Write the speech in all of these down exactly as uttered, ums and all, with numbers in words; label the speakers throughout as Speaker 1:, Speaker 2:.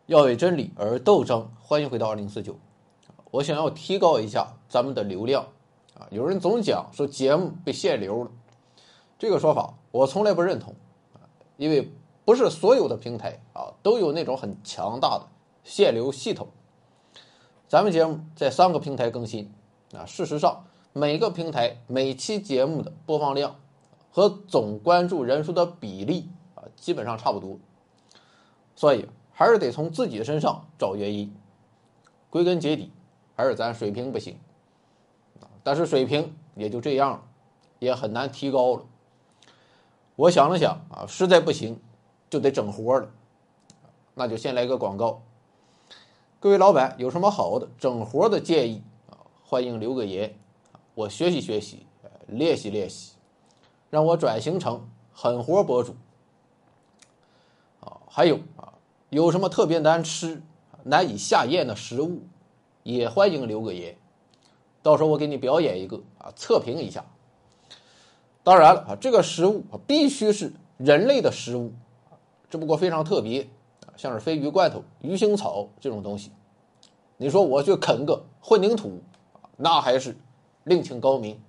Speaker 1: 要为真理而斗争。欢迎回到二零四九。我想要提高一下咱们的流量啊，有人总讲说节目被限流了，这个说法我从来不认同啊，因为不是所有的平台啊都有那种很强大的限流系统。咱们节目在三个平台更新啊，事实上每个平台每期节目的播放量和总关注人数的比例啊基本上差不多，所以还是得从自己身上找原因。归根结底还是咱水平不行，但是水平也就这样了，也很难提高了。我想了想啊，实在不行就得整活了，那就先来个广告。各位老板有什么好的整活的建议啊，欢迎留个言，我学习学习，练习练习，让我转型成狠活博主啊。还有啊，有什么特别难吃难以下咽的食物，也欢迎留个言，到时候我给你表演一个啊，测评一下。当然了啊，这个食物必须是人类的食物，只不过非常特别，像是鲱鱼罐头、鱼腥草这种东西，你说我去啃个混凝土，那还是另请高明。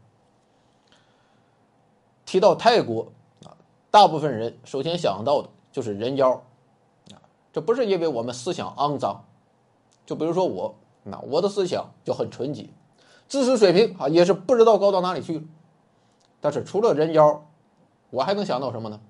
Speaker 1: 提到泰国啊，大部分人首先想到的就是人妖啊，这不是因为我们思想肮脏，就比如说我，那我的思想就很纯洁，知识水平啊也是不知道高到哪里去了。但是除了人妖，我还能想到什么呢？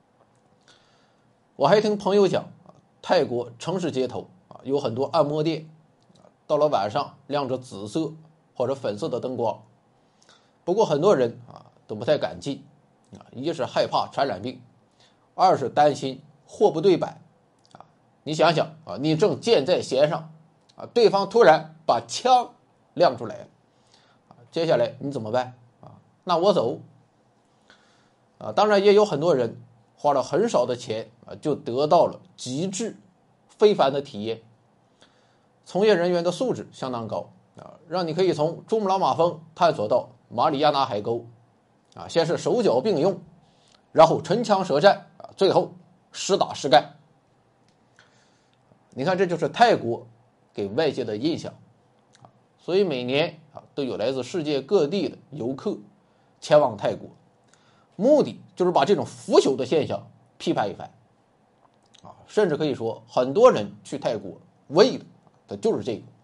Speaker 1: 我还听朋友讲，泰国城市街头啊有很多按摩店，到了晚上亮着紫色或者粉色的灯光。不过很多人啊都不太敢进啊，一是害怕传染病，二是担心货不对版啊。你想想啊，你正箭在弦上啊，对方突然把枪亮出来了啊，接下来你怎么办啊？那我走啊。当然也有很多人花了很少的钱啊，就得到了极致非凡的体验。从业人员的素质相当高啊，让你可以从珠穆朗玛峰探索到马里亚纳海沟啊，先是手脚并用，然后唇枪舌战啊，最后实打实干。你看，这就是泰国给外界的印象啊，所以每年啊都有来自世界各地的游客前往泰国，目的就是把这种腐朽的现象批判一番啊，甚至可以说很多人去泰国为的它就是这个。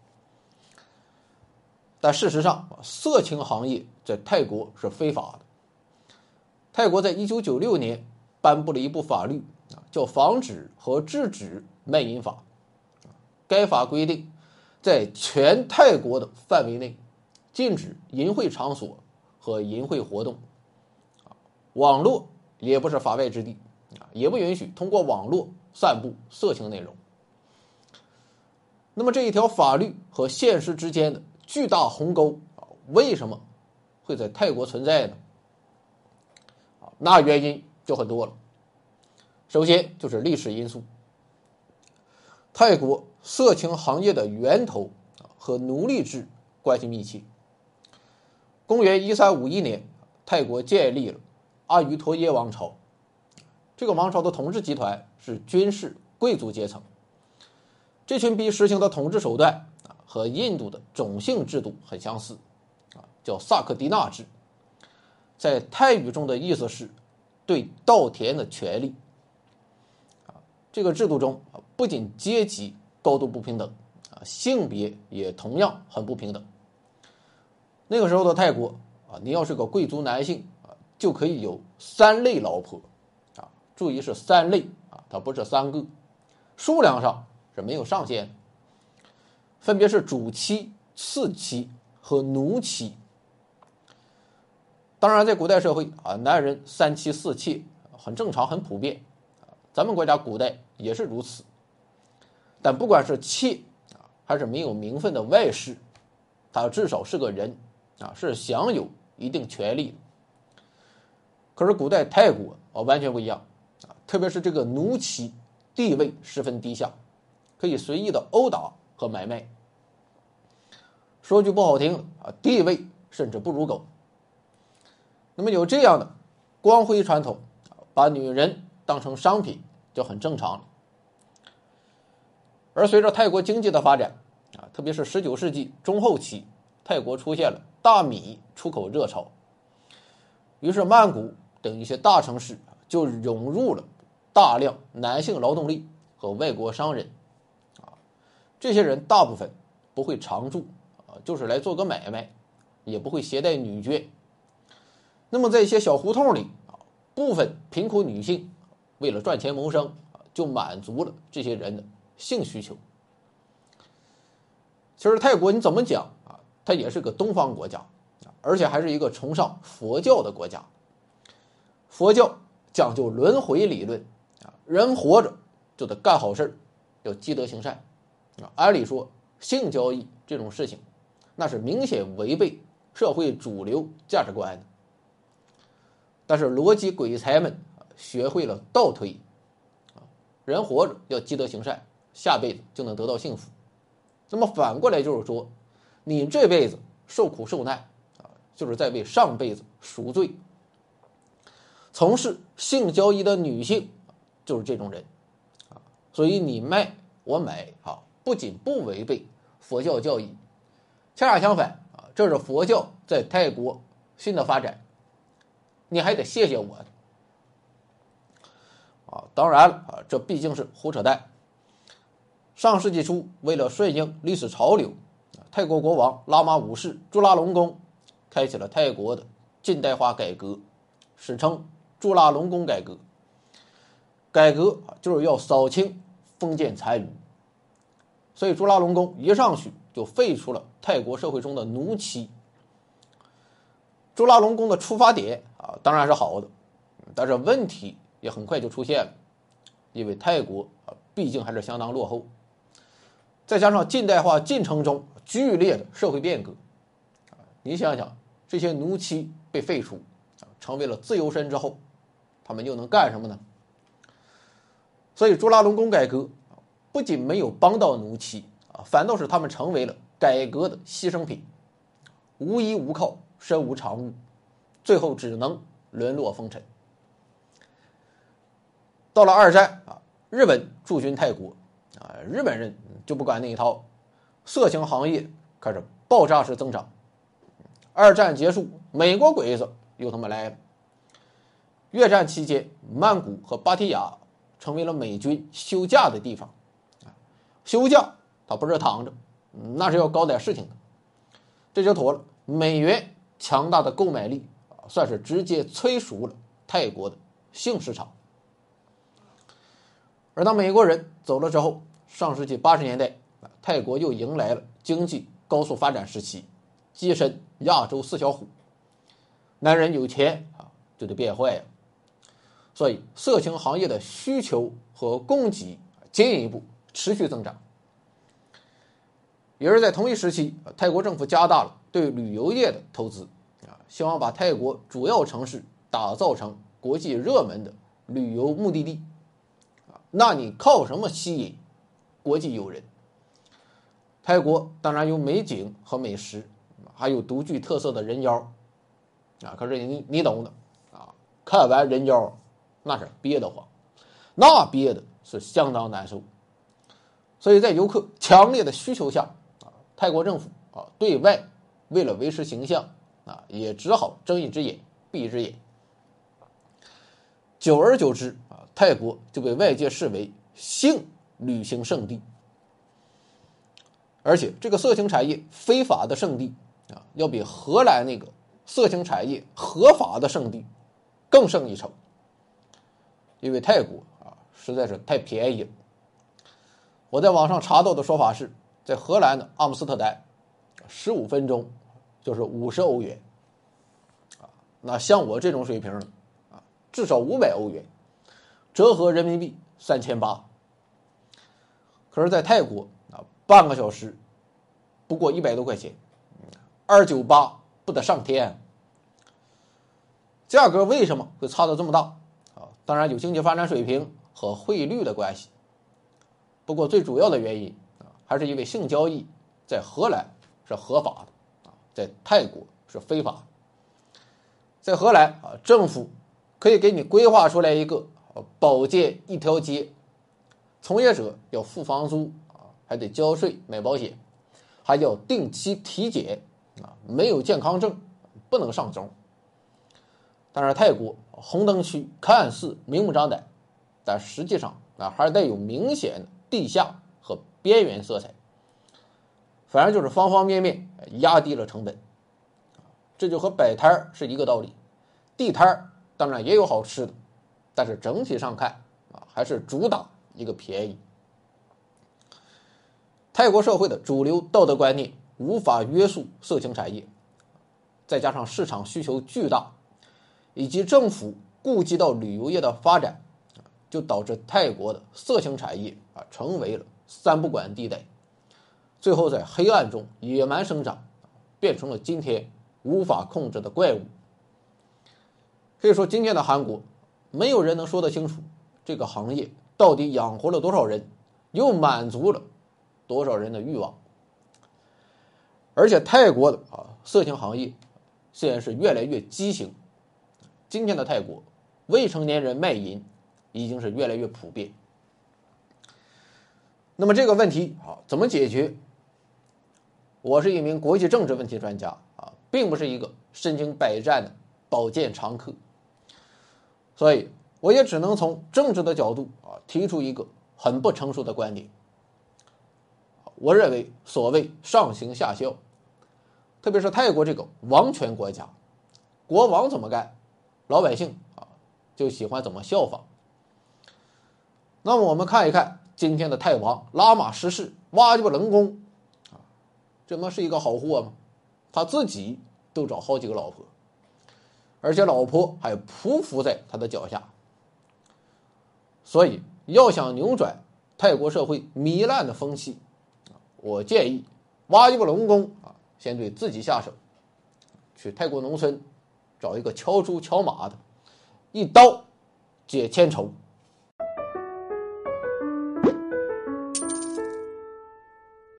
Speaker 1: 但事实上，色情行业在泰国是非法的。泰国在一九九六年颁布了一部法律啊，叫《防止和制止卖淫法》。该法规定，在全泰国的范围内，禁止淫秽场所和淫秽活动。网络也不是法外之地啊，也不允许通过网络散布色情内容。那么这一条法律和现实之间的巨大鸿沟啊，为什么会在泰国存在呢？啊，那原因就很多了。首先就是历史因素。泰国色情行业的源头和奴隶制关系密切。公元一三五一年，泰国建立了阿瑜陀耶王朝。这个王朝的统治集团是军事贵族阶层。这群逼实行的统治手段和印度的种姓制度很相似，叫萨克迪纳制。在泰语中的意思是对稻田的权利。这个制度中不仅阶级高度不平等，性别也同样很不平等。那个时候的泰国啊，你要是个贵族男性啊，就可以有三类老婆啊，注意是三类啊，它不是三个，数量上是没有上限，分别是主妻、次妻和奴妻。当然，在古代社会啊，男人三妻四妾很正常，很普遍。咱们国家古代也是如此。但不管是妾啊，还是没有名分的外室，他至少是个人啊，是享有一定权利的。可是古代泰国啊完全不一样啊，特别是这个奴妻地位十分低下，可以随意的殴打和买卖。说句不好听啊，地位甚至不如狗。那么有这样的光辉传统，把女人当成商品就很正常了。 而随着泰国经济的发展啊，特别是十九世纪中后期，泰国出现了大米出口热潮，于是曼谷等一些大城市就涌入了大量男性劳动力和外国商人啊，这些人大部分不会常住啊，就是来做个买卖，也不会携带女眷。那么在一些小胡同里啊，部分贫苦女性为了赚钱谋生啊，就满足了这些人的性需求。其实泰国你怎么讲啊，它也是个东方国家，而且还是一个崇尚佛教的国家。佛教讲究轮回理论啊，人活着就得干好事，要积德行善啊。按理说性交易这种事情，那是明显违背社会主流价值观的。但是逻辑鬼才们学会了倒推啊，人活着要积德行善，下辈子就能得到幸福。那么反过来就是说，你这辈子受苦受难啊，就是在为上辈子赎罪。从事性交易的女性就是这种人啊，所以你卖我买啊，不仅不违背佛教教义，恰恰相反啊，这是佛教在泰国新的发展，你还得谢谢我啊。当然了啊，这毕竟是胡扯淡。上世纪初，为了顺应历史潮流，泰国国王拉玛五世朱拉隆功开启了泰国的近代化改革，史称朱拉隆功改革。改革就是要扫清封建残余，所以朱拉隆功一上去就废除了泰国社会中的奴妻。朱拉隆功的出发点啊当然是好的，但是问题也很快就出现了，因为泰国啊毕竟还是相当落后，再加上近代化进程中剧烈的社会变革，你想想，这些奴妻被废除，成为了自由身之后，他们又能干什么呢？所以朱拉隆功改革不仅没有帮到奴妻啊，反倒使他们成为了改革的牺牲品，无依无靠，身无长物，最后只能沦落风尘。到了二战啊，日本驻军泰国啊，日本人就不管那一套，色情行业开始爆炸式增长。二战结束，美国鬼子又他妈来了。越战期间，曼谷和芭提雅成为了美军休假的地方。休假他不是躺着，那是要搞点事情的。这就妥了，美元强大的购买力算是直接催熟了泰国的性市场。而当美国人走了之后，上世纪八十年代，泰国又迎来了经济高速发展时期，跻身亚洲四小虎。男人有钱啊，就得变坏呀。所以色情行业的需求和供给进一步持续增长。也是在同一时期，泰国政府加大了对旅游业的投资啊，希望把泰国主要城市打造成国际热门的旅游目的地啊。那你靠什么吸引国际友人？泰国当然有美景和美食，还有独具特色的人妖啊。可是你你懂的啊，看完人妖那是憋得慌，那憋的是相当难受。所以在游客强烈的需求下啊，泰国政府啊对外为了维持形象啊，也只好睁一只眼闭一只眼。久而久之啊，泰国就被外界视为性旅行胜地。而且这个色情产业非法的圣地啊，要比荷兰那个色情产业合法的圣地更胜一筹。因为泰国啊实在是太便宜了。我在网上查到的说法是，在荷兰的阿姆斯特丹，十五分钟就是五十欧元啊。那像我这种水平的啊，至少五百欧元，折合人民币三千八。可是，在泰国啊，半个小时不过一百多块钱，二九八不得上天。价格为什么会差到这么大啊？当然有经济发展水平和汇率的关系。不过最主要的原因啊，还是因为性交易在荷兰是合法的啊，在泰国是非法的。在荷兰啊，政府可以给你规划出来一个保健一条街，从业者要付房租啊， 还得交税买保险，还要定期体检啊，没有健康证不能上钟。但是泰国红灯区看似明目张胆，但实际上啊还带有明显的地下和边缘色彩，反正就是方方面面压低了成本。这就和摆摊是一个道理，地摊当然也有好吃的，但是整体上看啊还是主打一个便宜。泰国社会的主流道德观念无法约束色情产业，再加上市场需求巨大，以及政府顾及到旅游业的发展，就导致泰国的色情产业啊成为了三不管地带，最后在黑暗中野蛮生长，变成了今天无法控制的怪物。可以说今天的韩国没有人能说得清楚这个行业到底养活了多少人，又满足了多少人的欲望。而且泰国的啊色情行业现在是越来越畸形，今天的泰国未成年人卖淫已经是越来越普遍。那么这个问题啊怎么解决？我是一名国际政治问题专家啊，并不是一个身经百战的保健常客，所以我也只能从政治的角度啊提出一个很不成熟的观点。我认为所谓上行下效，特别是泰国这个王权国家，国王怎么干，老百姓啊就喜欢怎么效仿。那么我们看一看今天的泰王拉玛十世哇吉布冷宫啊，这么是一个好货吗？他自己都找好几个老婆，而且老婆还匍匐在他的脚下。所以要想扭转泰国社会糜烂的风气，我建议哇吉布冷宫啊先对自己下手，去泰国农村找一个敲猪敲马的，一刀解千愁。